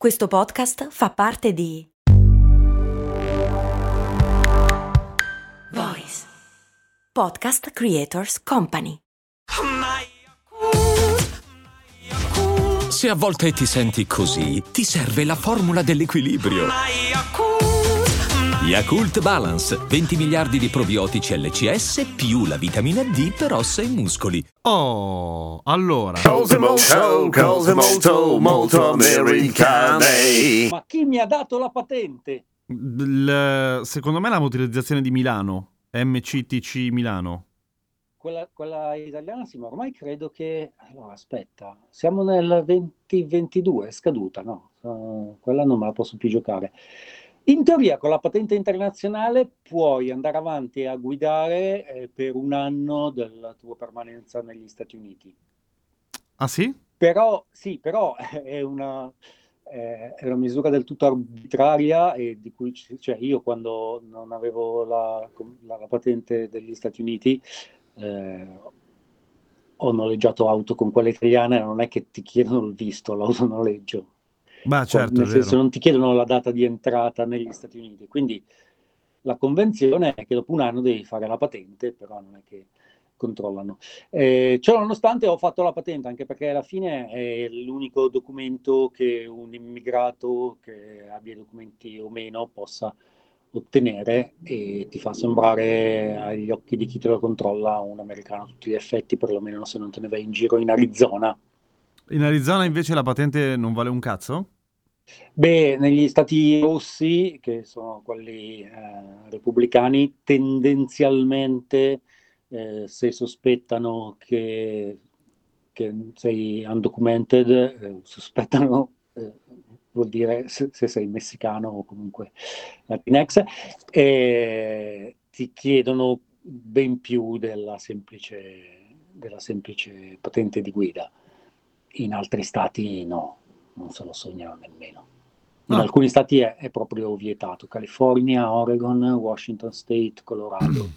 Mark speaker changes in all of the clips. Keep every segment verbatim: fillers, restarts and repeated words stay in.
Speaker 1: Questo podcast fa parte di Voice Podcast Creators Company.
Speaker 2: Se a volte ti senti così, ti serve la formula dell'equilibrio. Yakult Balance, venti miliardi di probiotici L C S più la vitamina D per ossa e muscoli.
Speaker 3: Oh, allora.
Speaker 4: Cose molto, cose molto, molto americane.
Speaker 5: Ma chi mi ha dato la patente?
Speaker 3: Il- secondo me la motorizzazione di Milano, M C T C Milano.
Speaker 5: Quella, quella italiana, sì, ma ormai credo che... Allora, aspetta, siamo nel duemilaventidue, è scaduta, no? Uh, quella non me la posso più giocare. In teoria, con la patente internazionale puoi andare avanti a guidare eh, per un anno della tua permanenza negli Stati Uniti.
Speaker 3: Ah sì?
Speaker 5: Però, sì, però è una, eh, è una misura del tutto arbitraria e di cui, ci- cioè io quando non avevo la, la- la patente degli Stati Uniti eh, ho noleggiato auto con quella italiana e non è che ti chiedono il visto, l'autonoleggio.
Speaker 3: Beh,
Speaker 5: Qua-
Speaker 3: certo, è
Speaker 5: nel senso
Speaker 3: vero.
Speaker 5: non ti chiedono la data di entrata negli Stati Uniti. Quindi la convenzione è che dopo un anno devi fare la patente, però non è che controllano. Eh, ciò nonostante ho fatto la patente, anche perché alla fine è l'unico documento che un immigrato che abbia documenti o meno possa ottenere e ti fa sembrare agli occhi di chi te lo controlla un americano a tutti gli effetti, perlomeno se non te ne vai in giro in Arizona.
Speaker 3: In Arizona invece la patente non vale un cazzo?
Speaker 5: Beh, negli stati rossi, che sono quelli eh, repubblicani, tendenzialmente eh, se sospettano che, che sei undocumented, eh, sospettano, eh, vuol dire se, se sei messicano o comunque Latinx, e ti chiedono ben più della semplice, della semplice patente di guida. In altri stati no, non se lo sognano nemmeno. In
Speaker 3: Ah,
Speaker 5: alcuni stati è, è proprio vietato: California, Oregon, Washington State, Colorado.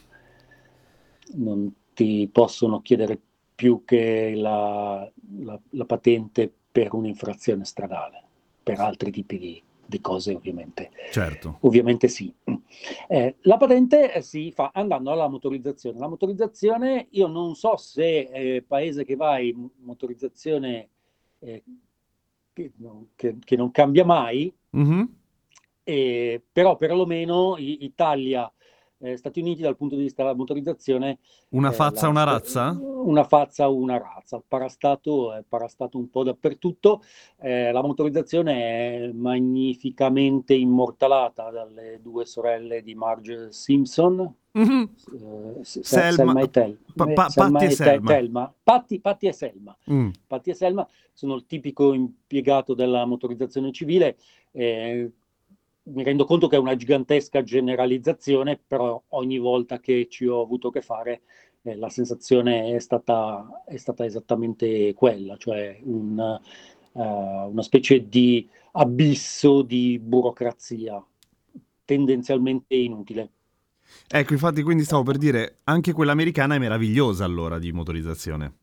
Speaker 5: Non ti possono chiedere più che la, la- la patente per un'infrazione stradale, per altri tipi di, di cose ovviamente.
Speaker 3: certo.
Speaker 5: Ovviamente sì. Eh, la patente eh, si fa andando alla motorizzazione. La motorizzazione, io non so se eh, paese che vai, m- motorizzazione eh, che, non- che- che non cambia mai,
Speaker 3: Mhm.
Speaker 5: eh, però perlomeno I- Italia, eh, Stati Uniti dal punto di vista della motorizzazione,
Speaker 3: Una
Speaker 5: eh,
Speaker 3: fazza,
Speaker 5: la
Speaker 3: una
Speaker 5: sto-
Speaker 3: razza?
Speaker 5: una fazza o una razza. Il parastato è parastato un po' dappertutto. Eh, la motorizzazione è magnificamente immortalata dalle due sorelle di Marge Simpson,
Speaker 3: Mhm.
Speaker 5: eh, Se-
Speaker 3: Selma,
Speaker 5: Selma e Tel-
Speaker 3: Pa-
Speaker 5: eh,
Speaker 3: Pa-
Speaker 5: Selma
Speaker 3: Patti e
Speaker 5: e Te-
Speaker 3: Selma.
Speaker 5: Telma, Patti, Patti e Selma.
Speaker 3: Mm.
Speaker 5: Patti e Selma sono il tipico impiegato della motorizzazione civile. eh, Mi rendo conto che è una gigantesca generalizzazione, però ogni volta che ci ho avuto a che fare eh, la sensazione è stata, è stata esattamente quella, cioè un, eh, una specie di abisso di burocrazia tendenzialmente inutile.
Speaker 3: Ecco, infatti, quindi stavo per dire, anche quella americana è meravigliosa allora di motorizzazione.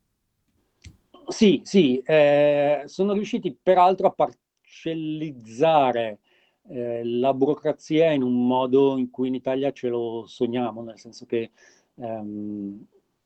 Speaker 5: Sì, sì, eh, sono riusciti peraltro a parcellizzare eh, la burocrazia in un modo in cui in Italia ce lo sogniamo, nel senso che ehm,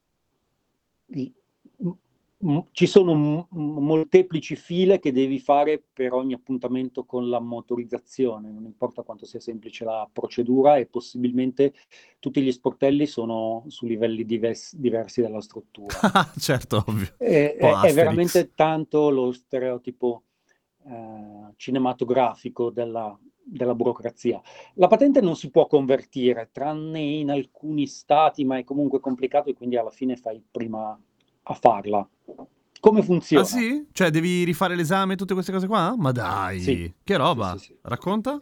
Speaker 5: i- m- m- ci sono m- m- molteplici file che devi fare per ogni appuntamento con la motorizzazione, non importa quanto sia semplice la procedura, e possibilmente tutti gli sportelli sono su livelli divers- diversi della struttura.
Speaker 3: Ah, certo, ovvio.
Speaker 5: È,
Speaker 3: Un po'
Speaker 5: è- è
Speaker 3: Asterix.
Speaker 5: veramente tanto lo stereotipo eh, cinematografico della, della burocrazia. La patente non si può convertire, tranne in alcuni stati, ma è comunque complicato e quindi alla fine fai prima a farla. Come
Speaker 3: Ah
Speaker 5: funziona?
Speaker 3: sì? Cioè devi rifare l'esame e tutte queste cose qua? Ma
Speaker 5: Sì,
Speaker 3: dai, che
Speaker 5: sì, sì,
Speaker 3: roba.
Speaker 5: sì.
Speaker 3: Racconta?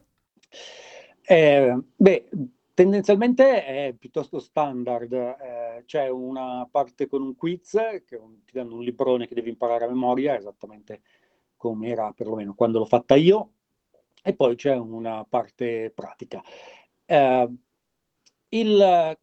Speaker 5: Eh, beh, tendenzialmente è piuttosto standard. Eh, c'è una parte con un quiz, che è un- ti danno un librone che devi imparare a memoria, esattamente come era perlomeno quando l'ho fatta io, e poi c'è una parte pratica. Eh, il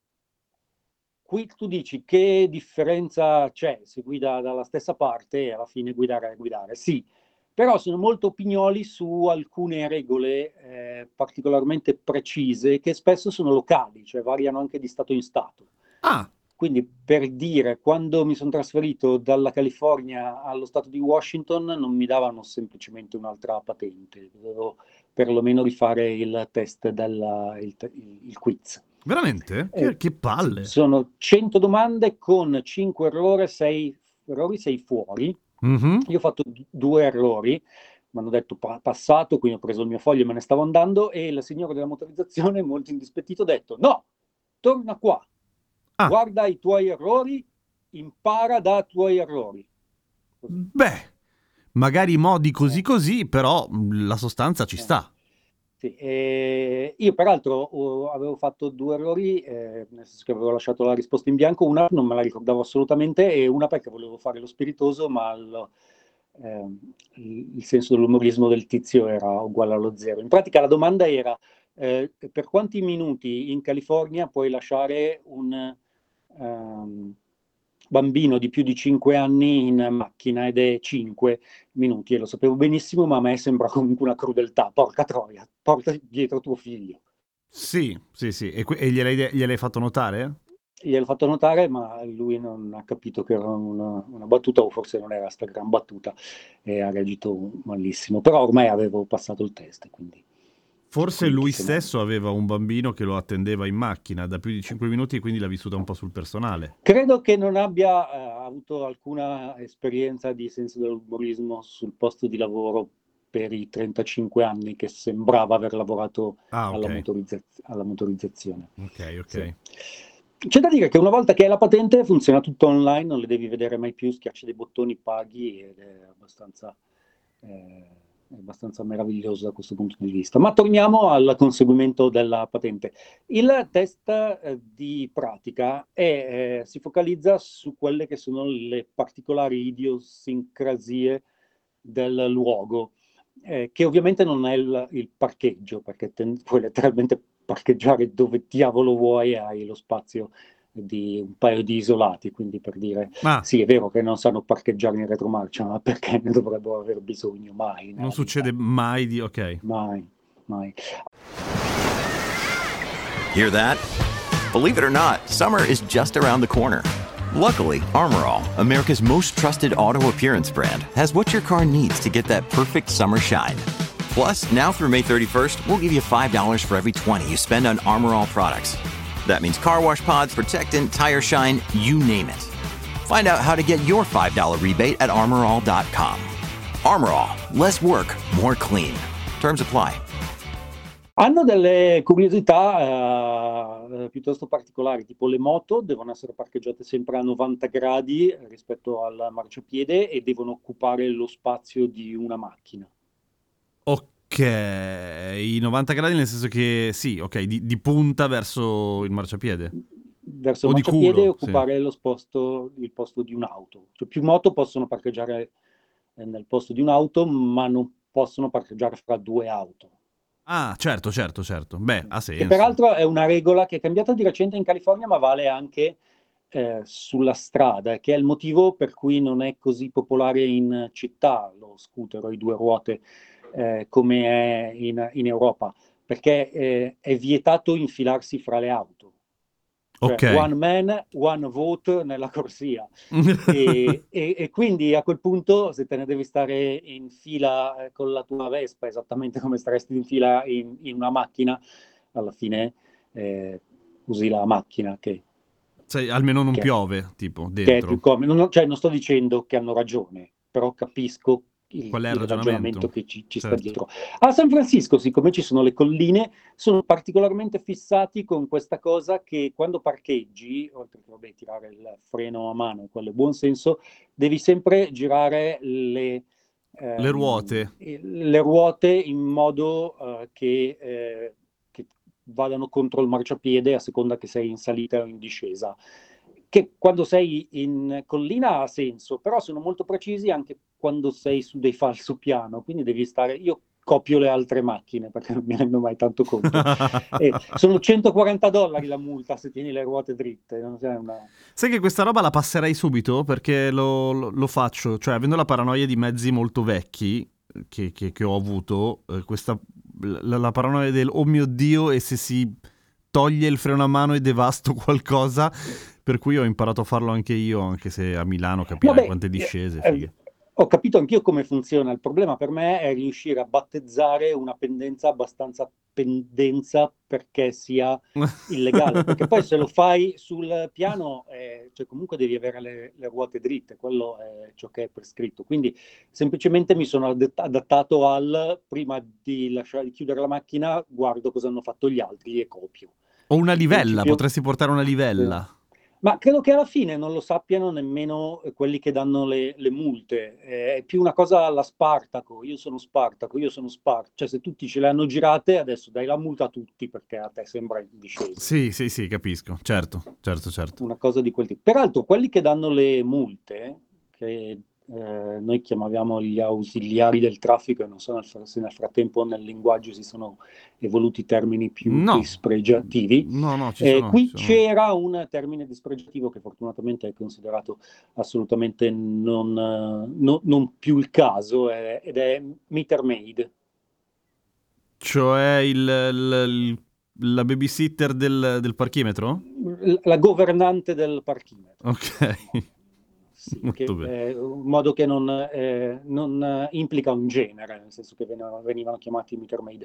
Speaker 5: Qui tu dici che differenza c'è se guida dalla stessa parte e alla fine guidare è guidare. Sì, però sono molto pignoli su alcune regole eh, particolarmente precise che spesso sono locali, cioè variano anche di stato in stato.
Speaker 3: Ah,
Speaker 5: Quindi per dire, quando mi sono trasferito dalla California allo stato di Washington non mi davano semplicemente un'altra patente, dovevo perlomeno rifare il test, della, il, il, il quiz.
Speaker 3: veramente?
Speaker 5: Eh,
Speaker 3: Che, che palle.
Speaker 5: Sono cento domande con cinque errori, sei errori, sei fuori.
Speaker 3: Mhm.
Speaker 5: Io ho fatto d- due errori, mi hanno detto pa- passato, quindi ho preso il mio foglio e me ne stavo andando e il signore della motorizzazione, molto indispettito, ha detto no, torna qua,
Speaker 3: Ah,
Speaker 5: guarda i tuoi errori, impara dai tuoi errori. Così.
Speaker 3: beh, magari modi così
Speaker 5: Eh.
Speaker 3: così, però mh, la sostanza ci
Speaker 5: Eh.
Speaker 3: sta.
Speaker 5: Sì, e io peraltro ho- avevo fatto due errori, eh, nel senso che avevo lasciato la risposta in bianco, una non me la ricordavo assolutamente e una perché volevo fare lo spiritoso, ma il, ehm, il- il senso dell'umorismo del tizio era uguale allo zero. In pratica la domanda era eh, per quanti minuti in California puoi lasciare un ehm, bambino di più di cinque anni in macchina ed è cinque minuti, e lo sapevo benissimo, ma a me sembra comunque una crudeltà. Porca troia, porta dietro tuo figlio.
Speaker 3: Sì, sì, sì. E, que- e gliel'hai, de- gliel'hai fatto notare?
Speaker 5: Gliel'ho fatto notare, ma lui non ha capito che era una, una battuta, o forse non era sta gran battuta, e ha reagito malissimo. Però ormai avevo passato il test, quindi...
Speaker 3: Forse
Speaker 5: quindi chi
Speaker 3: lui
Speaker 5: se ne...
Speaker 3: stesso aveva un bambino che lo attendeva in macchina da più di cinque minuti e quindi l'ha vissuta un po' sul personale.
Speaker 5: Credo che non abbia eh, avuto alcuna esperienza di senso dell'umorismo sul posto di lavoro per i trentacinque anni che sembrava aver lavorato
Speaker 3: Ah,
Speaker 5: alla,
Speaker 3: ok.
Speaker 5: motorizza- alla motorizzazione.
Speaker 3: Ok, ok.
Speaker 5: Sì. C'è da dire che una volta che hai la patente funziona tutto online, non le devi vedere mai più, schiacci dei bottoni, paghi ed è abbastanza, eh, è abbastanza meraviglioso da questo punto di vista. Ma torniamo al conseguimento della patente. Il test eh, di pratica è, eh, si focalizza su quelle che sono le particolari idiosincrasie del luogo, eh, che ovviamente non è il, il parcheggio, perché ten- puoi letteralmente parcheggiare dove diavolo vuoi, hai lo spazio di un paio di isolati, quindi per dire
Speaker 3: Ma
Speaker 5: sì, è vero che non sanno parcheggiare in retromarcia, ma perché ne dovrebbero aver bisogno mai nella
Speaker 3: non
Speaker 5: vita?
Speaker 3: succede mai di... Ok.
Speaker 5: Mai, mai.
Speaker 6: Hear that? Believe it or not, summer is just around the corner. Luckily, Armor All, America's most trusted auto appearance brand, has what your car needs to get that perfect summer shine. Plus, now through May thirty-first, we'll give you five dollars for every twenty you spend on Armor All products. That means car wash pods, protectant, tire shine, you name it. Find out how to get your five dollars rebate at armor all dot com. Armor All, less work, more clean. Terms apply.
Speaker 5: Hanno delle curiosità eh, piuttosto particolari, tipo le moto devono essere parcheggiate sempre a novanta gradi rispetto al marciapiede e devono occupare lo spazio di una macchina.
Speaker 3: Ok, i novanta gradi nel senso che sì, ok, di, di punta verso il marciapiede.
Speaker 5: Verso
Speaker 3: O
Speaker 5: il
Speaker 3: di
Speaker 5: marciapiede
Speaker 3: culo,
Speaker 5: e occupare lo sposto, il posto di un'auto. Cioè, più moto possono parcheggiare eh, nel posto di un'auto, ma non possono parcheggiare fra due auto.
Speaker 3: Ah, certo, certo, certo. Beh, ha
Speaker 5: Che
Speaker 3: senso.
Speaker 5: peraltro è una regola che è cambiata di recente in California, ma vale anche eh, sulla strada, che è il motivo per cui non è così popolare in città lo scooter o i due ruote eh, come è in, in Europa, perché eh, è vietato infilarsi fra le auto. Cioè,
Speaker 3: Ok.
Speaker 5: one man, one vote nella corsia. E, e, e quindi a quel punto, se te ne devi stare in fila eh, con la tua Vespa, esattamente come staresti in fila in, in una macchina, alla fine eh, usi la macchina che,
Speaker 3: Sai, almeno non
Speaker 5: che,
Speaker 3: piove, tipo,
Speaker 5: che è più
Speaker 3: dentro.
Speaker 5: comodo. Non, cioè, non sto dicendo che hanno ragione, però capisco il,
Speaker 3: Qual è il
Speaker 5: il
Speaker 3: ragionamento?
Speaker 5: ragionamento che ci, ci sta
Speaker 3: Certo.
Speaker 5: dietro. A San Francisco, siccome ci sono le colline, sono particolarmente fissati con questa cosa che quando parcheggi, oltre che vabbè, tirare il freno a mano, quello è buon senso, devi sempre girare le, ehm,
Speaker 3: Le ruote.
Speaker 5: le ruote in modo eh, che, eh, che vadano contro il marciapiede a seconda che sei in salita o in discesa. Che quando sei in collina ha senso, però sono molto precisi anche quando sei su dei falsopiano, quindi devi stare... Io copio le altre macchine perché non mi rendo mai tanto conto. E sono centoquaranta dollari la multa se tieni le ruote dritte. Non c'è una...
Speaker 3: Sai che questa roba la passerei subito perché lo, lo, lo faccio, cioè avendo la paranoia di mezzi molto vecchi, che, che, che ho avuto, eh, questa la, la paranoia del oh mio Dio, e se si toglie il freno a mano e devasto qualcosa, per cui ho imparato a farlo anche io, anche se a Milano capirai
Speaker 5: Vabbè,
Speaker 3: quante discese,
Speaker 5: eh,
Speaker 3: fighe.
Speaker 5: ho capito anch'io come funziona. Il problema per me è riuscire a battezzare una pendenza abbastanza pendenza perché sia illegale, perché poi se lo fai sul piano, eh, cioè comunque devi avere le, le ruote dritte, quello è ciò che è prescritto. Quindi semplicemente mi sono adat- adattato al prima di lasciare di chiudere la macchina, guardo cosa hanno fatto gli altri e copio.
Speaker 3: O una
Speaker 5: In
Speaker 3: livella,
Speaker 5: principio-
Speaker 3: potresti portare una livella.
Speaker 5: Ma credo che alla fine non lo sappiano nemmeno eh, quelli che danno le, le multe. Eh, è più una cosa alla Spartaco. Io sono Spartaco, io sono Spartaco. Cioè, se tutti ce le hanno girate, adesso dai la multa a tutti perché a te sembra disceso.
Speaker 3: Sì, sì, sì, capisco. Certo, certo, certo.
Speaker 5: Una cosa di quel tipo. Peraltro, quelli che danno le multe, che eh, noi chiamavamo gli ausiliari del traffico, e non so nel fr- se nel frattempo nel linguaggio si sono evoluti termini più
Speaker 3: No.
Speaker 5: dispregiativi.
Speaker 3: No, no, ci
Speaker 5: Eh,
Speaker 3: sono.
Speaker 5: qui
Speaker 3: ci sono.
Speaker 5: c'era un termine dispregiativo che fortunatamente è considerato assolutamente non, eh, no- non più il caso, eh, ed è meter maid.
Speaker 3: Cioè il, il- il- la babysitter del, del parchimetro?
Speaker 5: L- La governante del parchimetro.
Speaker 3: Ok.
Speaker 5: Sì,
Speaker 3: Molto
Speaker 5: che,
Speaker 3: bene.
Speaker 5: eh, un modo che non, eh, non eh, implica un genere, nel senso che venivano, venivano chiamati meter maid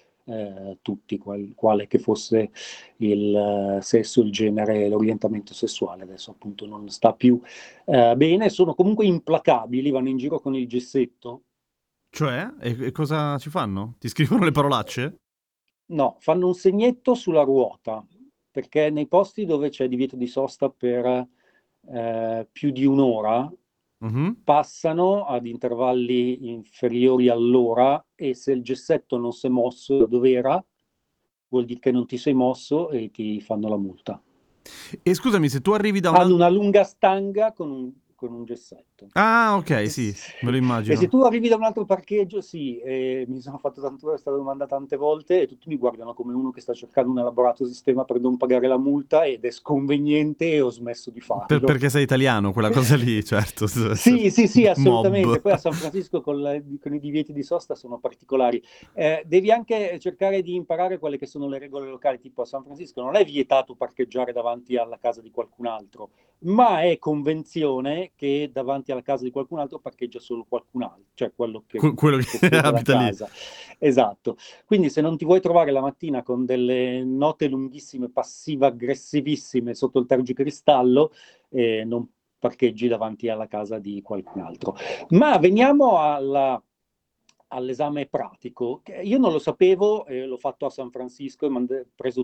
Speaker 5: eh, tutti, qual- quale che fosse il eh, sesso, il genere, l'orientamento sessuale. Adesso appunto non sta più eh, bene, sono comunque implacabili, vanno in giro con il gessetto.
Speaker 3: Cioè? E, e cosa ci fanno? Ti scrivono le parolacce?
Speaker 5: No, fanno un segnetto sulla ruota, perché nei posti dove c'è divieto di sosta per eh, più di un'ora,
Speaker 3: Mhm.
Speaker 5: passano ad intervalli inferiori all'ora, e se il gessetto non si è mosso da dove era, vuol dire che non ti sei mosso e ti fanno la multa.
Speaker 3: E scusami, se tu arrivi da un
Speaker 5: Hanno
Speaker 3: altro...
Speaker 5: una lunga stanga con un, con un gessetto.
Speaker 3: Ah, ok, sì, me lo
Speaker 5: E se
Speaker 3: immagino.
Speaker 5: tu arrivi da un altro parcheggio, sì, e mi sono fatto tanto questa domanda tante volte e tutti mi guardano come uno che sta cercando un elaborato sistema per non pagare la multa, ed è sconveniente e ho smesso di farlo.
Speaker 3: Per- perché sei italiano, quella cosa lì, certo.
Speaker 5: Sì, sì, sì, assolutamente.
Speaker 3: Mob.
Speaker 5: Poi a San Francisco con, la- con i divieti di sosta sono particolari. Eh, devi anche cercare di imparare quelle che sono le regole locali, tipo a San Francisco non è vietato parcheggiare davanti alla casa di qualcun altro, ma è convenzione che davanti alla casa di qualcun altro parcheggia solo qualcun altro, cioè quello che,
Speaker 3: Que- quello che
Speaker 5: possiede la
Speaker 3: abita lì.
Speaker 5: casa. Esatto. Quindi se non ti vuoi trovare la mattina con delle note lunghissime, passiva-aggressivissime sotto il tergicristallo, eh, non parcheggi davanti alla casa di qualcun altro. Ma veniamo alla, all'esame pratico, che io non lo sapevo, eh, l'ho fatto a San Francisco e mi hanno preso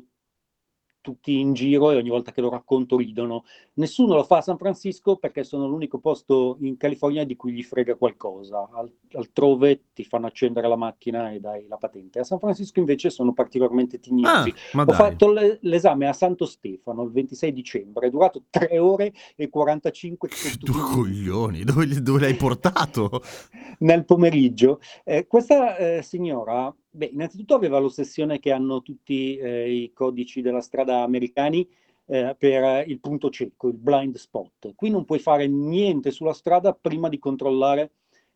Speaker 5: tutti in giro e ogni volta che lo racconto ridono. Nessuno lo fa a San Francisco perché sono l'unico posto in California di cui gli frega qualcosa. Al- altrove ti fanno accendere la macchina e dai la patente. A San Francisco invece sono particolarmente tignosi.
Speaker 3: Ah, ma
Speaker 5: Ho
Speaker 3: dai.
Speaker 5: fatto le- l'esame a Santo Stefano il ventisei dicembre, è durato tre ore e quarantacinque
Speaker 3: Tu coglioni, dove, dove l'hai portato?
Speaker 5: nel pomeriggio. Eh, questa eh, signora, beh, innanzitutto aveva l'ossessione che hanno tutti eh, i codici della strada americani eh, per il punto cieco, il blind spot. Qui non puoi fare niente sulla strada prima di controllare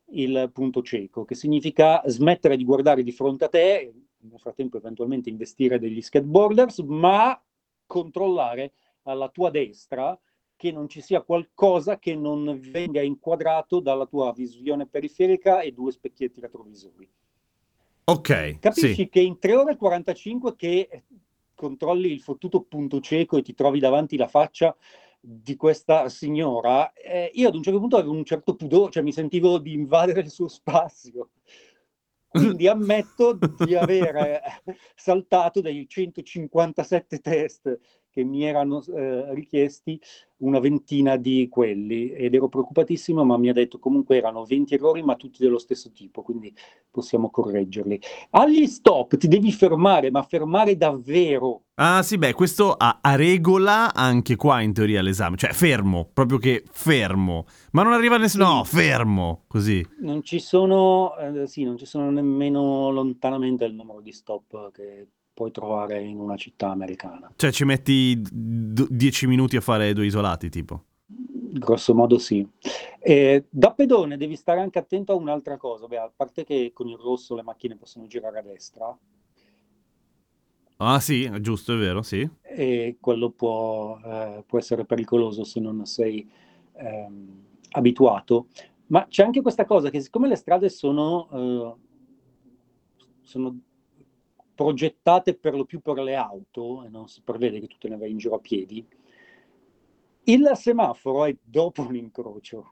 Speaker 5: il punto cieco, che significa smettere di guardare di fronte a te, nel frattempo eventualmente investire degli skateboarders, ma controllare alla tua destra che non ci sia qualcosa che non venga inquadrato dalla tua visione periferica e due specchietti retrovisori.
Speaker 3: Ok,
Speaker 5: Capisci
Speaker 3: sì.
Speaker 5: che in tre ore e quarantacinque che controlli il fottuto punto cieco e ti trovi davanti la faccia di questa signora, eh, io ad un certo punto avevo un certo pudore, cioè mi sentivo di invadere il suo spazio. Quindi ammetto di aver saltato dei centocinquantasette test che mi erano eh, richiesti, una ventina di quelli, ed ero preoccupatissimo, ma mi ha detto comunque erano venti errori, ma tutti dello stesso tipo, quindi possiamo correggerli. Agli stop ti devi fermare, ma fermare davvero.
Speaker 3: Ah sì, beh, questo a, a regola anche qua in teoria l'esame, cioè fermo, proprio che fermo, ma non arriva nessuno,
Speaker 5: Sì.
Speaker 3: no, fermo, così.
Speaker 5: Non ci sono, eh, sì, non ci sono nemmeno lontanamente il numero di stop che puoi trovare in una città americana.
Speaker 3: Cioè ci metti d- dieci minuti a fare due isolati, tipo.
Speaker 5: grosso modo sì. Eh, da pedone devi stare anche attento a un'altra cosa. Beh, a parte che con il rosso le macchine possono girare a destra,
Speaker 3: Ah sì, è giusto, è vero, sì.
Speaker 5: e quello può, eh, può essere pericoloso se non sei ehm, abituato. Ma c'è anche questa cosa che siccome le strade sono, eh, sono progettate per lo più per le auto e non si prevede che tu te ne vai in giro a piedi, il semaforo è dopo un incrocio.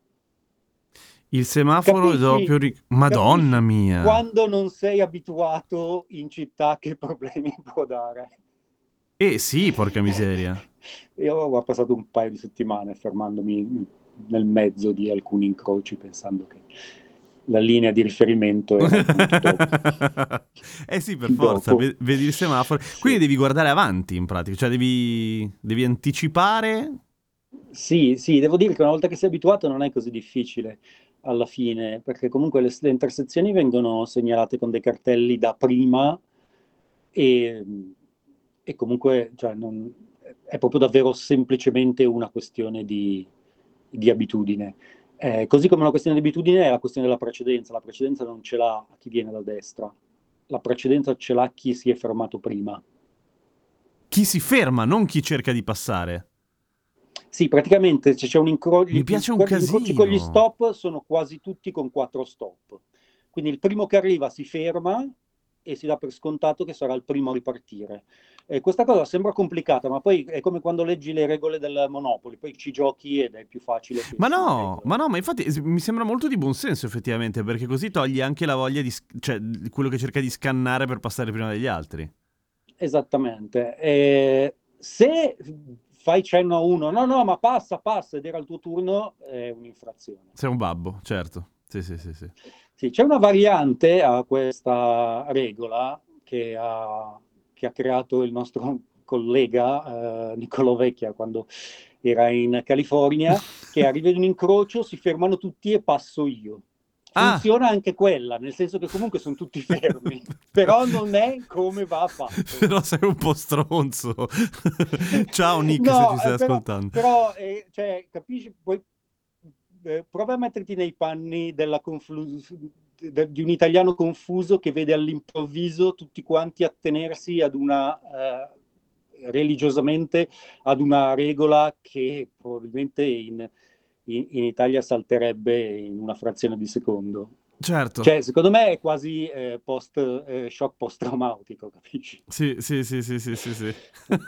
Speaker 3: Il semaforo è
Speaker 5: Capisci?
Speaker 3: doppio... ri- Madonna
Speaker 5: Capisci
Speaker 3: mia!
Speaker 5: quando non sei abituato in città che problemi può dare?
Speaker 3: Eh sì, porca miseria.
Speaker 5: Io ho passato un paio di settimane fermandomi nel mezzo di alcuni incroci pensando che la linea di riferimento era il punto dopo.
Speaker 3: Eh sì, per forza,
Speaker 5: Dopo.
Speaker 3: ve- vedi il semaforo.
Speaker 5: Sì.
Speaker 3: Quindi devi guardare avanti in pratica, cioè devi, devi anticipare.
Speaker 5: Sì, sì, devo dire che una volta che sei abituato non è così difficile alla fine, perché comunque le, le intersezioni vengono segnalate con dei cartelli da prima e, e comunque cioè, non- è proprio davvero semplicemente una questione di, di abitudine. Eh, così come una questione di abitudine è la questione della precedenza. La precedenza non ce l'ha chi viene da destra, la precedenza ce l'ha chi si è fermato prima.
Speaker 3: Chi si ferma, non chi cerca di passare.
Speaker 5: Sì, praticamente se c'è un incrocio,
Speaker 3: Mi piace un
Speaker 5: gli incroci con gli
Speaker 3: casino.
Speaker 5: stop sono quasi tutti con quattro stop. Quindi il primo che arriva si ferma e si dà per scontato che sarà il primo a ripartire. Eh, questa cosa sembra complicata, ma poi è come quando leggi le regole del Monopoli, poi ci giochi ed è più facile che
Speaker 3: Ma
Speaker 5: si
Speaker 3: no,
Speaker 5: regola.
Speaker 3: ma no, ma infatti es- mi sembra molto di buon senso effettivamente, perché così togli anche la voglia di, sc- cioè di quello che cerca di scannare per passare prima degli altri.
Speaker 5: Esattamente. Eh, se fai cenno a uno, no, no, ma passa, passa, ed era il tuo turno, è un'infrazione.
Speaker 3: Sei un babbo, certo. Sì, sì, sì, sì.
Speaker 5: Sì, c'è una variante a questa regola che ha, che ha creato il nostro collega eh, Niccolò Vecchia quando era in California, che arriva in un incrocio, si fermano tutti e passo io.
Speaker 3: Ah!
Speaker 5: Funziona anche quella, nel senso che comunque sono tutti fermi, però non è come va fatto.
Speaker 3: Però sei un po' stronzo. Ciao Nick, se
Speaker 5: No,
Speaker 3: ci stai
Speaker 5: eh, però,
Speaker 3: ascoltando.
Speaker 5: però eh, cioè, capisci, poi eh, prova a metterti nei panni della conflu- de- di un italiano confuso che vede all'improvviso tutti quanti attenersi ad una eh, religiosamente ad una regola che probabilmente in, in- in Italia salterebbe in una frazione di secondo.
Speaker 3: Certo.
Speaker 5: Cioè, secondo me è quasi eh, post, eh, shock post-traumatico, capisci?
Speaker 3: Sì, sì, sì, sì, sì, sì, sì.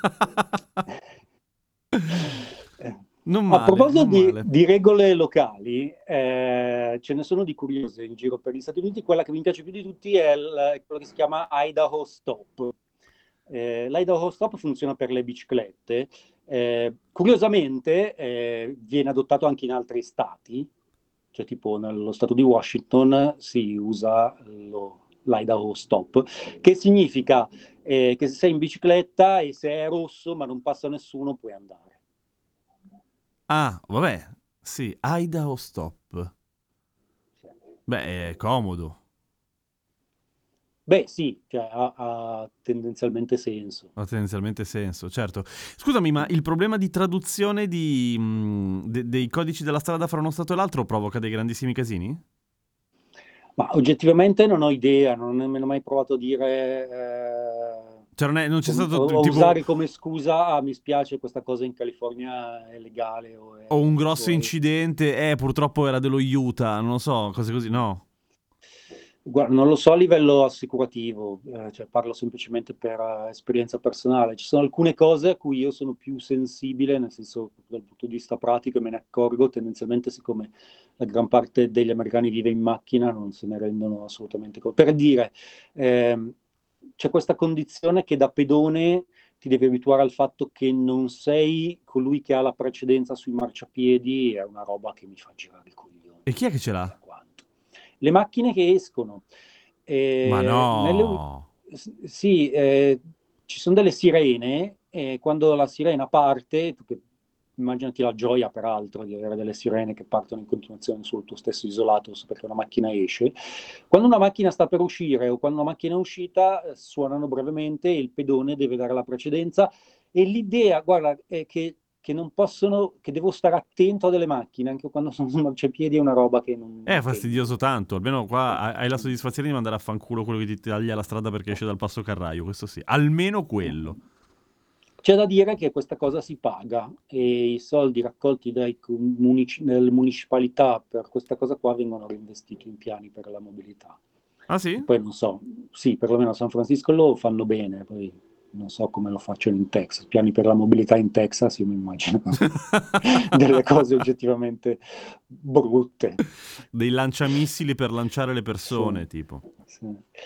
Speaker 3: Non
Speaker 5: A
Speaker 3: male,
Speaker 5: proposito
Speaker 3: non
Speaker 5: di,
Speaker 3: male.
Speaker 5: di regole locali, eh, ce ne sono di curiose in giro per gli Stati Uniti. Quella che mi piace più di tutti è il- quello che si chiama Idaho Stop. Eh, L'Idaho Stop funziona per le biciclette. Eh, curiosamente, eh, viene adottato anche in altri stati, cioè tipo nello stato di Washington si usa lo- l'Idaho Stop, che significa eh, che se sei in bicicletta e se è rosso ma non passa nessuno puoi andare.
Speaker 3: Ah, vabbè. Sì, Idaho Stop. Beh, è comodo.
Speaker 5: Beh, sì, cioè, ha, ha tendenzialmente senso.
Speaker 3: Ha tendenzialmente senso, certo. Scusami, ma il problema di traduzione di, mh, de- dei codici della strada fra uno stato e l'altro provoca dei grandissimi casini?
Speaker 5: Ma oggettivamente non ho idea, non ho nemmeno mai provato a dire, eh,
Speaker 3: Cioè non, è- non c'è
Speaker 5: com-
Speaker 3: stato
Speaker 5: o,
Speaker 3: t-
Speaker 5: o
Speaker 3: tipo
Speaker 5: usare come scusa, ah, mi spiace, questa cosa in California è legale o è,
Speaker 3: o un grosso
Speaker 5: o è-
Speaker 3: incidente, eh, purtroppo era dello Utah, non lo so, cose così, no.
Speaker 5: Guarda, non lo so a livello assicurativo, eh, cioè parlo semplicemente per eh, esperienza personale. Ci sono alcune cose a cui io sono più sensibile, nel senso dal punto di vista pratico, e me ne accorgo tendenzialmente, siccome la gran parte degli americani vive in macchina, non se ne rendono assolutamente conto. Per dire, ehm, c'è questa condizione che da pedone ti devi abituare al fatto che non sei colui che ha la precedenza sui marciapiedi, è una roba che mi fa girare i coglioni.
Speaker 3: E chi è che ce
Speaker 5: Chissà
Speaker 3: l'ha?
Speaker 5: quanto. Le macchine che escono.
Speaker 3: Ma
Speaker 5: Eh, nelle-
Speaker 3: no!
Speaker 5: s- sì, eh, ci sono delle sirene e quando la sirena parte, tu che- immaginati la gioia peraltro di avere delle sirene che partono in continuazione sul tuo stesso isolato perché una macchina esce. Quando una macchina sta per uscire o quando una macchina è uscita, suonano brevemente e il pedone deve dare la precedenza. E l'idea, guarda, è che che non possono, che devo stare attento a delle macchine, anche quando sono sul marciapiedi è una roba che non...
Speaker 3: È
Speaker 5: che-
Speaker 3: fastidioso tanto, almeno qua hai hai la soddisfazione di mandare a fanculo quello che ti taglia la strada perché esce dal passo carraio, questo sì, almeno quello.
Speaker 5: C'è da dire che questa cosa si paga e i soldi raccolti dai comuni, dalle municipalità per questa cosa qua vengono reinvestiti in piani per la mobilità.
Speaker 3: Ah sì?
Speaker 5: Poi non so, sì, perlomeno a San Francisco lo fanno bene, poi non so come lo facciano in Texas. Piani per la mobilità in Texas, io mi immagino delle cose oggettivamente brutte.
Speaker 3: Dei lanciamissili per lanciare le persone,
Speaker 5: Sì,
Speaker 3: tipo.
Speaker 5: sì.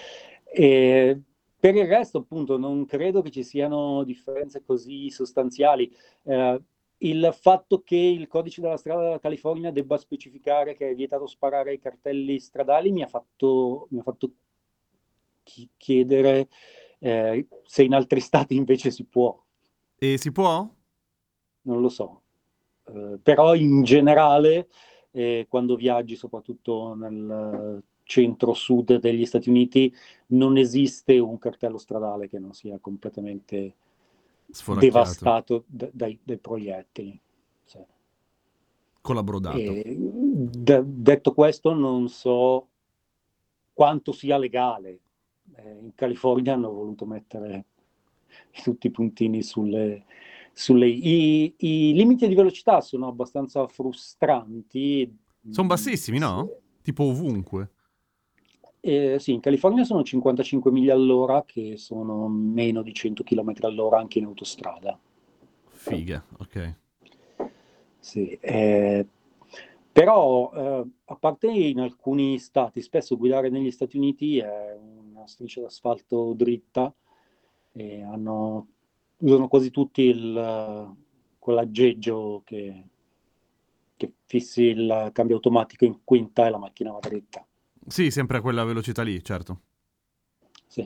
Speaker 5: E per il resto, appunto, non credo che ci siano differenze così sostanziali. Eh, il fatto che il codice della strada della California debba specificare che è vietato sparare ai cartelli stradali mi ha fatto, mi ha fatto chi- chiedere eh, se in altri stati invece si può.
Speaker 3: E si può?
Speaker 5: Non lo so. Eh, però in generale, eh, quando viaggi soprattutto nel centro-sud degli Stati Uniti, non esiste un cartello stradale che non sia completamente
Speaker 3: Sforacchiato.
Speaker 5: devastato da- dai, dai proiettili. Sì.
Speaker 3: Collabrodato.
Speaker 5: E, de- detto questo, non so quanto sia legale. Eh, in California hanno voluto mettere tutti i puntini sulle... sulle- I, i limiti di velocità sono abbastanza frustranti.
Speaker 3: Sono bassissimi, no?
Speaker 5: Sì.
Speaker 3: Tipo ovunque.
Speaker 5: Eh, sì, in California sono cinquantacinque miglia all'ora, che sono meno di cento chilometri all'ora anche in autostrada.
Speaker 3: Figa, ok.
Speaker 5: Sì, eh, però eh, a parte in alcuni stati, spesso guidare negli Stati Uniti è una striscia d'asfalto dritta e hanno, usano quasi tutti il, quell'aggeggio che, che fissi il cambio automatico in quinta e la macchina va dritta.
Speaker 3: Sì, sempre a quella velocità lì, certo.
Speaker 5: Sì.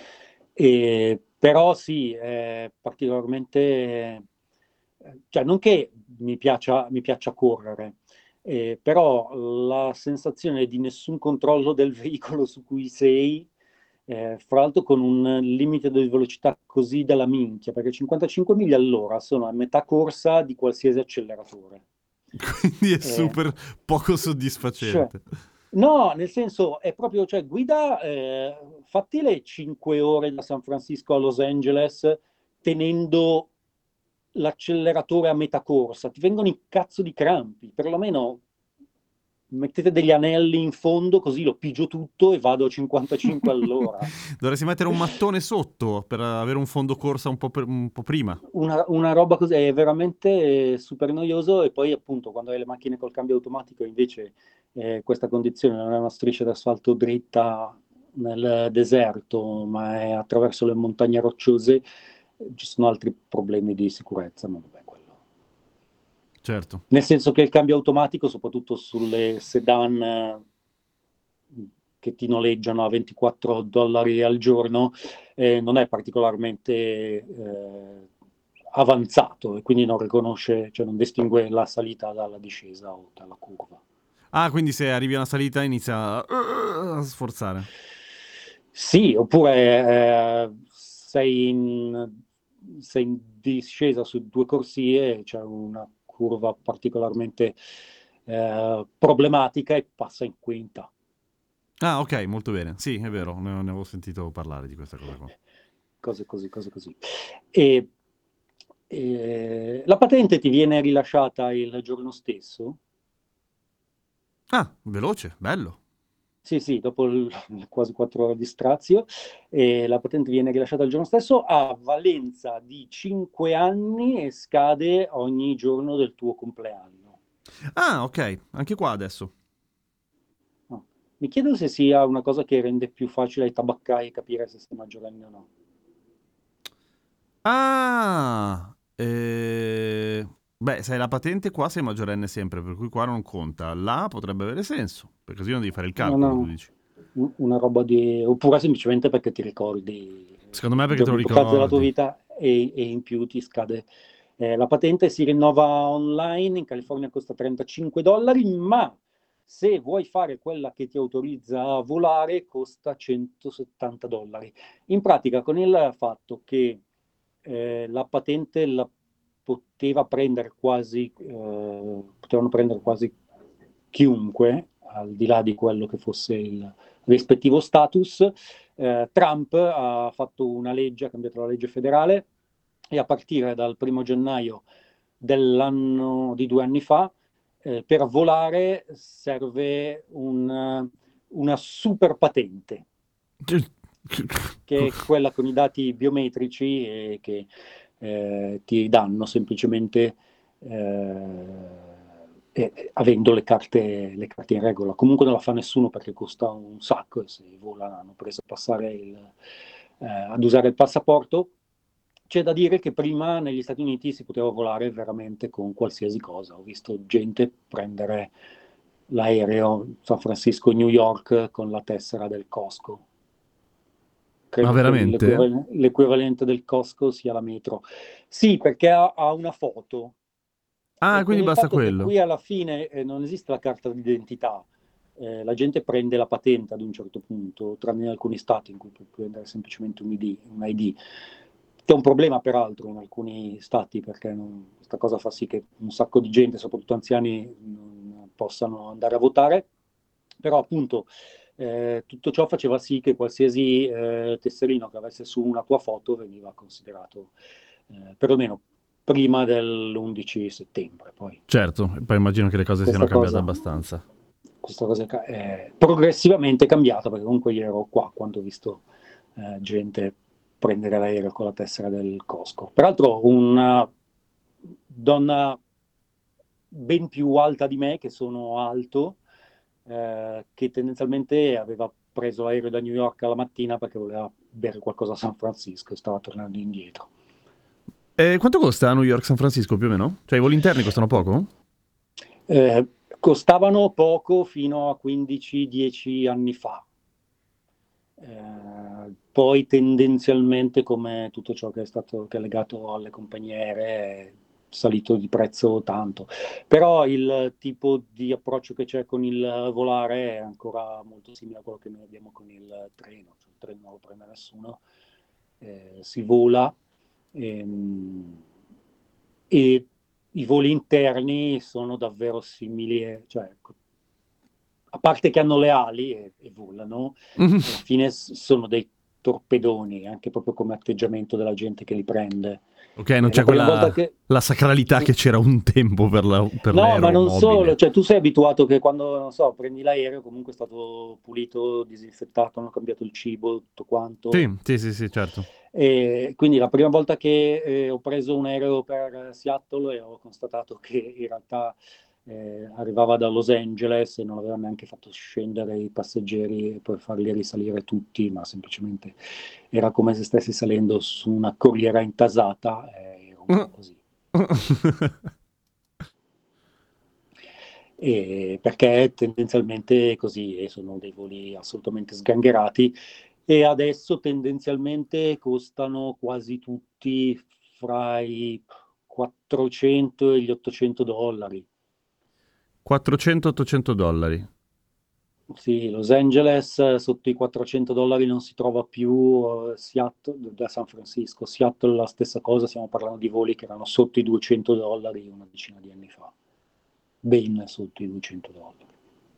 Speaker 5: E, però sì, è particolarmente... eh, cioè non che mi piaccia, mi piaccia correre, eh, però la sensazione di nessun controllo del veicolo su cui sei, eh, fra l'altro con un limite di velocità così della minchia, perché cinquantacinque miglia all'ora sono a metà corsa di qualsiasi acceleratore.
Speaker 3: Quindi è
Speaker 5: Eh,
Speaker 3: super poco
Speaker 5: cioè,
Speaker 3: soddisfacente.
Speaker 5: no, nel senso è proprio, cioè, guida, eh, fatti le cinque ore da San Francisco a Los Angeles tenendo l'acceleratore a metà corsa, ti vengono i cazzo di crampi, perlomeno mettete degli anelli in fondo così lo pigio tutto e vado a cinquantacinque all'ora.
Speaker 3: Dovresti mettere un mattone sotto per avere un fondo corsa un po', per- un po' prima.
Speaker 5: Una, una roba così è veramente super noioso e poi appunto quando hai le macchine col cambio automatico invece eh, questa condizione non è una striscia d'asfalto dritta nel deserto ma è attraverso le montagne rocciose, eh, ci sono altri problemi di sicurezza, ma vabbè quello.
Speaker 3: Certo.
Speaker 5: Nel senso che il cambio automatico, soprattutto sulle sedan eh, che ti noleggiano a ventiquattro dollari al giorno, eh, non è particolarmente eh, avanzato e quindi non riconosce, cioè non distingue la salita dalla discesa o dalla curva.
Speaker 3: Ah, quindi se arrivi a una salita inizia a, a sforzare.
Speaker 5: Sì, oppure eh, sei, in, sei in discesa su due corsie, c'è una curva particolarmente eh, problematica e passa in quinta.
Speaker 3: Ah, ok, molto bene. Sì, è vero, ne, ne avevo sentito parlare di questa cosa qua.
Speaker 5: Cose così, cose così. E, e la patente ti viene rilasciata il giorno stesso?
Speaker 3: Ah, veloce, bello.
Speaker 5: Sì, sì, dopo il- quasi quattro ore di strazio, e la patente viene rilasciata il giorno stesso, ha valenza di cinque anni e scade ogni giorno del tuo compleanno.
Speaker 3: Ah, ok, anche qua adesso.
Speaker 5: No. Mi chiedo se sia una cosa che rende più facile ai tabaccai capire se sei maggiorenne o no.
Speaker 3: Ah, eh... beh, se hai la patente qua sei maggiorenne sempre, per cui qua non conta. Là potrebbe avere senso, perché così non devi fare il
Speaker 5: No,
Speaker 3: calcolo, tu
Speaker 5: no,
Speaker 3: dici.
Speaker 5: un- una roba di... oppure semplicemente perché ti ricordi
Speaker 3: Secondo me
Speaker 5: il
Speaker 3: perché te lo
Speaker 5: giorno più cazzo della tua
Speaker 3: ricordi.
Speaker 5: vita e, e in più ti scade. Eh, la patente si rinnova online, in California costa trentacinque dollari, ma se vuoi fare quella che ti autorizza a volare costa centosettanta dollari. In pratica, con il fatto che eh, la patente la poteva prendere quasi, eh, potevano prendere quasi chiunque, al di là di quello che fosse il rispettivo status. Eh, Trump ha fatto una legge, ha cambiato la legge federale, e a partire dal primo gennaio dell'anno di due anni fa, eh, per volare serve un, una super patente, che è quella con i dati biometrici e che eh, ti danno semplicemente eh, eh, avendo le carte, le carte in regola. Comunque non la fa nessuno perché costa un sacco, e se vola hanno preso a passare il, eh, ad usare il passaporto. C'è da dire che prima negli Stati Uniti si poteva volare veramente con qualsiasi cosa. Ho visto gente prendere l'aereo San Francisco-New York con la tessera del Costco. Credo
Speaker 3: Ma veramente?
Speaker 5: che l'equival- l'equivalente del Costco sia la metro. Sì, perché ha, ha una foto.
Speaker 3: Ah,
Speaker 5: E
Speaker 3: quindi
Speaker 5: con il
Speaker 3: basta
Speaker 5: fatto che
Speaker 3: quello.
Speaker 5: qui alla fine eh, non esiste la carta d'identità, eh, la gente prende la patente ad un certo punto, tranne in alcuni stati in cui puoi prendere semplicemente un I D, un I D. C'è un problema peraltro in alcuni stati, perché non- questa cosa fa sì che un sacco di gente, soprattutto anziani, non possano andare a votare, però appunto eh, tutto ciò faceva sì che qualsiasi eh, tesserino che avesse su una tua foto veniva considerato, eh, perlomeno prima dell'undici settembre. Poi
Speaker 3: Certo, e poi immagino che le cose siano
Speaker 5: questa
Speaker 3: cambiate
Speaker 5: cosa,
Speaker 3: abbastanza.
Speaker 5: questa cosa è ca- è progressivamente cambiata, perché comunque io ero qua quando ho visto eh, gente prendere l'aereo con la tessera del Costco. Peraltro una donna ben più alta di me, che sono alto, eh, che tendenzialmente aveva preso l'aereo da New York alla mattina perché voleva bere qualcosa a San Francisco e stava tornando indietro.
Speaker 3: E quanto costa New York-San Francisco più o meno? Cioè i voli interni costano poco?
Speaker 5: Eh, costavano poco fino a quindici dieci anni fa. Eh, poi tendenzialmente, come tutto ciò che è stato che è legato alle compagnie aeree, è salito di prezzo tanto. Però il tipo di approccio che c'è con il volare è ancora molto simile a quello che noi abbiamo con il treno. Cioè, il treno non lo prende nessuno, eh, si vola, ehm, e i voli interni sono davvero simili, cioè, a parte che hanno le ali e, e volano, alla fine s- sono dei torpedoni, anche proprio come atteggiamento della gente che li prende.
Speaker 3: Ok, non
Speaker 5: È
Speaker 3: c'è
Speaker 5: la prima
Speaker 3: quella
Speaker 5: volta che...
Speaker 3: la sacralità che c'era un tempo per, la, per
Speaker 5: No, ma non
Speaker 3: l'aeromobile.
Speaker 5: solo, cioè tu sei abituato che quando, non so, prendi l'aereo comunque è stato pulito, disinfettato, hanno cambiato il cibo, tutto quanto.
Speaker 3: Sì, sì, sì, sì, certo.
Speaker 5: E quindi la prima volta che eh, ho preso un aereo per Seattle e ho constatato che in realtà eh, arrivava da Los Angeles e non aveva neanche fatto scendere i passeggeri per farli risalire tutti, ma semplicemente era come se stessi salendo su una corriera intasata, e ero un po' così. E perché tendenzialmente è così, e sono dei voli assolutamente sgangherati, e adesso tendenzialmente costano quasi tutti fra i quattrocento e gli ottocento dollari.
Speaker 3: quattrocento ottocento dollari.
Speaker 5: Sì, Los Angeles eh, sotto i quattrocento dollari non si trova più, eh, Seattle, da San Francisco, Seattle la stessa cosa, stiamo parlando di voli che erano sotto i duecento dollari una decina di anni fa, ben sotto i duecento dollari.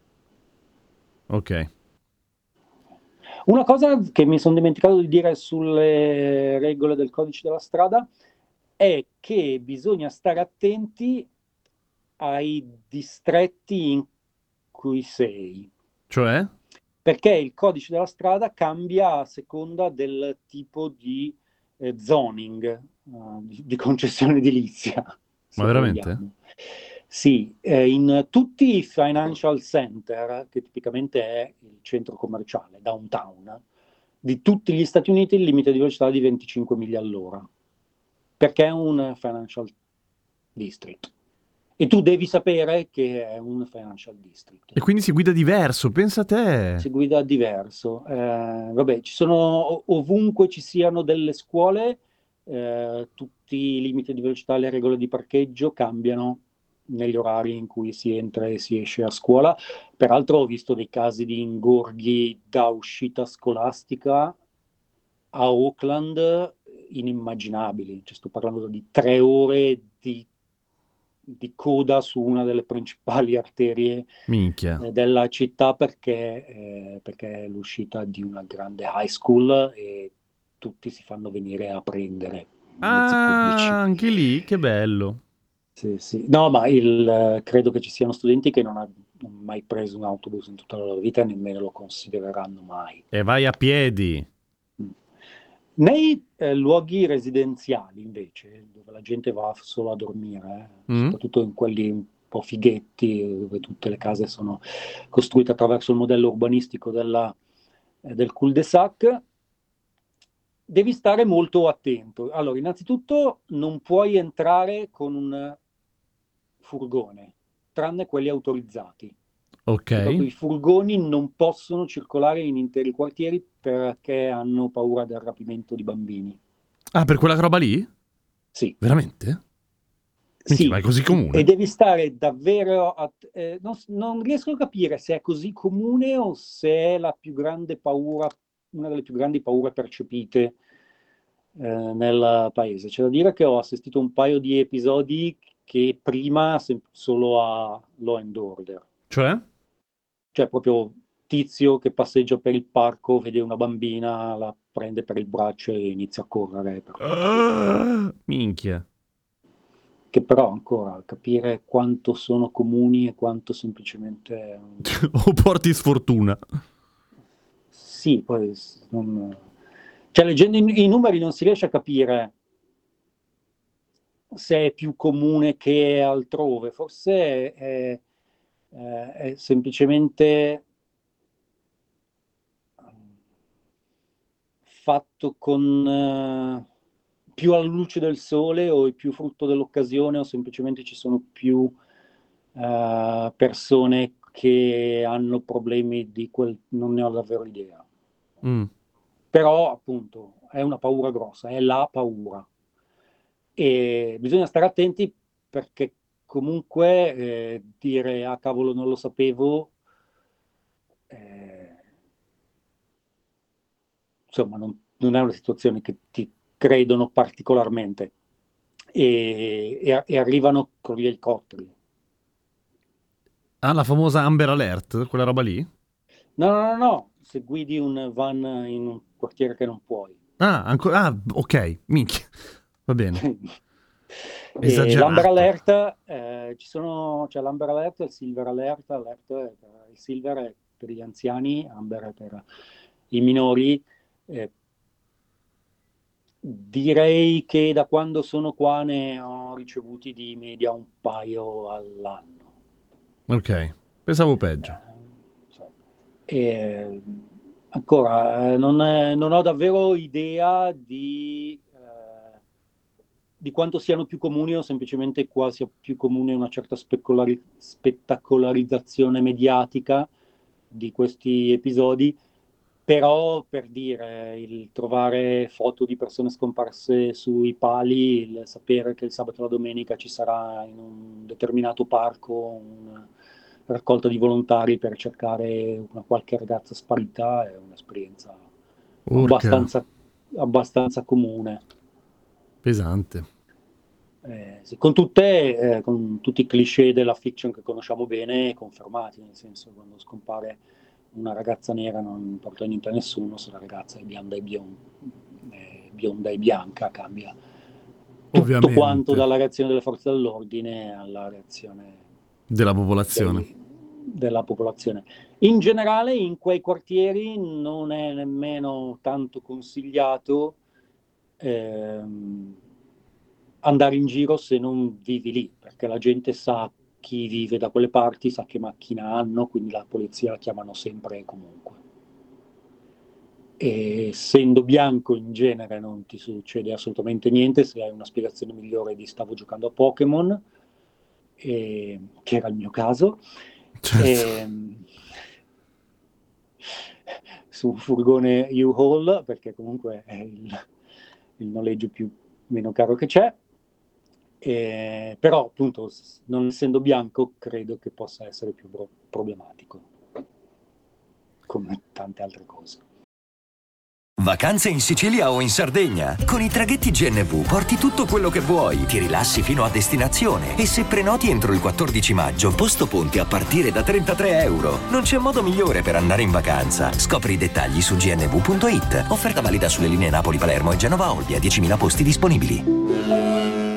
Speaker 3: Ok.
Speaker 5: Una cosa che mi sono dimenticato di dire sulle regole del codice della strada è che bisogna stare attenti ai distretti in cui sei,
Speaker 3: Cioè?
Speaker 5: perché il codice della strada cambia a seconda del tipo di eh, zoning, eh, di, di concessione edilizia,
Speaker 3: Ma
Speaker 5: se
Speaker 3: veramente?
Speaker 5: vogliamo. Sì, eh, in tutti i financial center, che tipicamente è il centro commerciale, downtown, di tutti gli Stati Uniti il limite di velocità è di venticinque miglia all'ora, perché è un financial district. E tu devi sapere che è un financial district.
Speaker 3: E quindi si guida diverso, pensa a te.
Speaker 5: Si guida diverso. Eh, vabbè, ci sono ovunque ci siano delle scuole, eh, tutti i limiti di velocità e le regole di parcheggio cambiano negli orari in cui si entra e si esce a scuola. Peraltro ho visto dei casi di ingorghi da uscita scolastica a Oakland inimmaginabili, cioè, sto parlando di tre ore di, di coda su una delle principali arterie
Speaker 3: Minchia.
Speaker 5: eh, della città perché, eh, perché è l'uscita di una grande high school e tutti si fanno venire a prendere i mezzi pubblici.
Speaker 3: Ah, anche lì, che bello.
Speaker 5: Sì, sì. No, ma il, eh, credo che ci siano studenti che non hanno mai preso un autobus in tutta la loro vita e nemmeno lo considereranno mai.
Speaker 3: E vai a piedi.
Speaker 5: Nei eh, luoghi residenziali, invece, dove la gente va solo a dormire, eh,
Speaker 3: Mm.
Speaker 5: soprattutto in quelli un po' fighetti, dove tutte le case sono costruite attraverso il modello urbanistico della, eh, del cul-de-sac, devi stare molto attento. Allora, innanzitutto non puoi entrare con un furgone, tranne quelli autorizzati. Proprio
Speaker 3: Ok.
Speaker 5: i furgoni non possono circolare in interi quartieri perché hanno paura del rapimento di bambini.
Speaker 3: Ah, per quella roba lì?
Speaker 5: Sì,
Speaker 3: Veramente? Minchia,
Speaker 5: sì,
Speaker 3: ma è così comune?
Speaker 5: e devi stare davvero... att- eh, non, non riesco a capire se è così comune o se è la più grande paura, una delle più grandi paure percepite eh, nel paese. C'è da dire che ho assistito a un paio di episodi che prima sem- solo a Law and Order.
Speaker 3: Cioè?
Speaker 5: Cioè proprio tizio che passeggia per il parco, vede una bambina, la prende per il braccio e inizia a correre. Per
Speaker 3: Ah, minchia.
Speaker 5: Che però ancora capire quanto sono comuni e quanto semplicemente...
Speaker 3: O porti sfortuna.
Speaker 5: Sì, poi... s- non- Cioè leggendo i, i numeri non si riesce a capire se è più comune che altrove, forse è, è- è semplicemente fatto con eh, più alla luce del sole o è più frutto dell'occasione o semplicemente ci sono più eh, persone che hanno problemi di quel, non ne ho davvero idea.
Speaker 3: Mm.
Speaker 5: Però appunto è una paura grossa, è la paura. E bisogna stare attenti perché comunque eh, dire ah cavolo non lo sapevo, eh, insomma non, non è una situazione che ti credono particolarmente e, e- e arrivano con gli elicotteri.
Speaker 3: Ah, la famosa Amber Alert, quella roba lì?
Speaker 5: No, no, no, no, se guidi un van in un quartiere che non puoi.
Speaker 3: Ah, ancora... Ah, ok, minchia. Va bene.
Speaker 5: E l'Amber
Speaker 3: Esagerato.
Speaker 5: Alert, eh, ci sono, c'è l'Amber Alert e il Silver Alert. Alert è per, il Silver è per gli anziani, Amber è per i minori. Eh, direi che da quando sono qua ne ho ricevuti di media un paio all'anno.
Speaker 3: Ok, pensavo peggio.
Speaker 5: Cioè, e, ancora, eh, non, è- non ho davvero idea di, eh, di quanto siano più comuni o semplicemente qua sia più comune una certa specolari- spettacolarizzazione mediatica di questi episodi, però per dire, il trovare foto di persone scomparse sui pali, il sapere che il sabato e la domenica ci sarà in un determinato parco una raccolta di volontari per cercare una qualche ragazza sparita è un'esperienza
Speaker 3: Urca,
Speaker 5: abbastanza, abbastanza comune.
Speaker 3: pesante.
Speaker 5: Eh, sì, con, tutte, eh, con tutti i cliché della fiction che conosciamo bene confermati, nel senso quando scompare una ragazza nera non importa niente a nessuno, se la ragazza è bionda e, bion- eh, bionda e bianca cambia tutto
Speaker 3: Ovviamente.
Speaker 5: quanto dalla reazione delle forze dell'ordine alla reazione
Speaker 3: Della popolazione.
Speaker 5: dei- della popolazione. In generale in quei quartieri non è nemmeno tanto consigliato ehm, andare in giro se non vivi lì, perché la gente sa chi vive da quelle parti, sa che macchina hanno, quindi la polizia la chiamano sempre e comunque. E essendo bianco in genere non ti succede assolutamente niente, se hai una spiegazione migliore di stavo giocando a Pokémon, e- che era il mio caso,
Speaker 3: Certo.
Speaker 5: e- su un furgone U-Haul, perché comunque è il, il noleggio più meno caro che c'è. Eh, però appunto s- non essendo bianco credo che possa essere più pro- problematico come tante altre cose.
Speaker 7: Vacanze in Sicilia o in Sardegna? Con i traghetti G N V porti tutto quello che vuoi, ti rilassi fino a destinazione e se prenoti entro il quattordici maggio, posto ponti a partire da trentatré euro. Non c'è modo migliore per andare in vacanza. Scopri i dettagli su g n v punto i t. Offerta valida sulle linee Napoli-Palermo e Genova-Olbia, diecimila posti disponibili.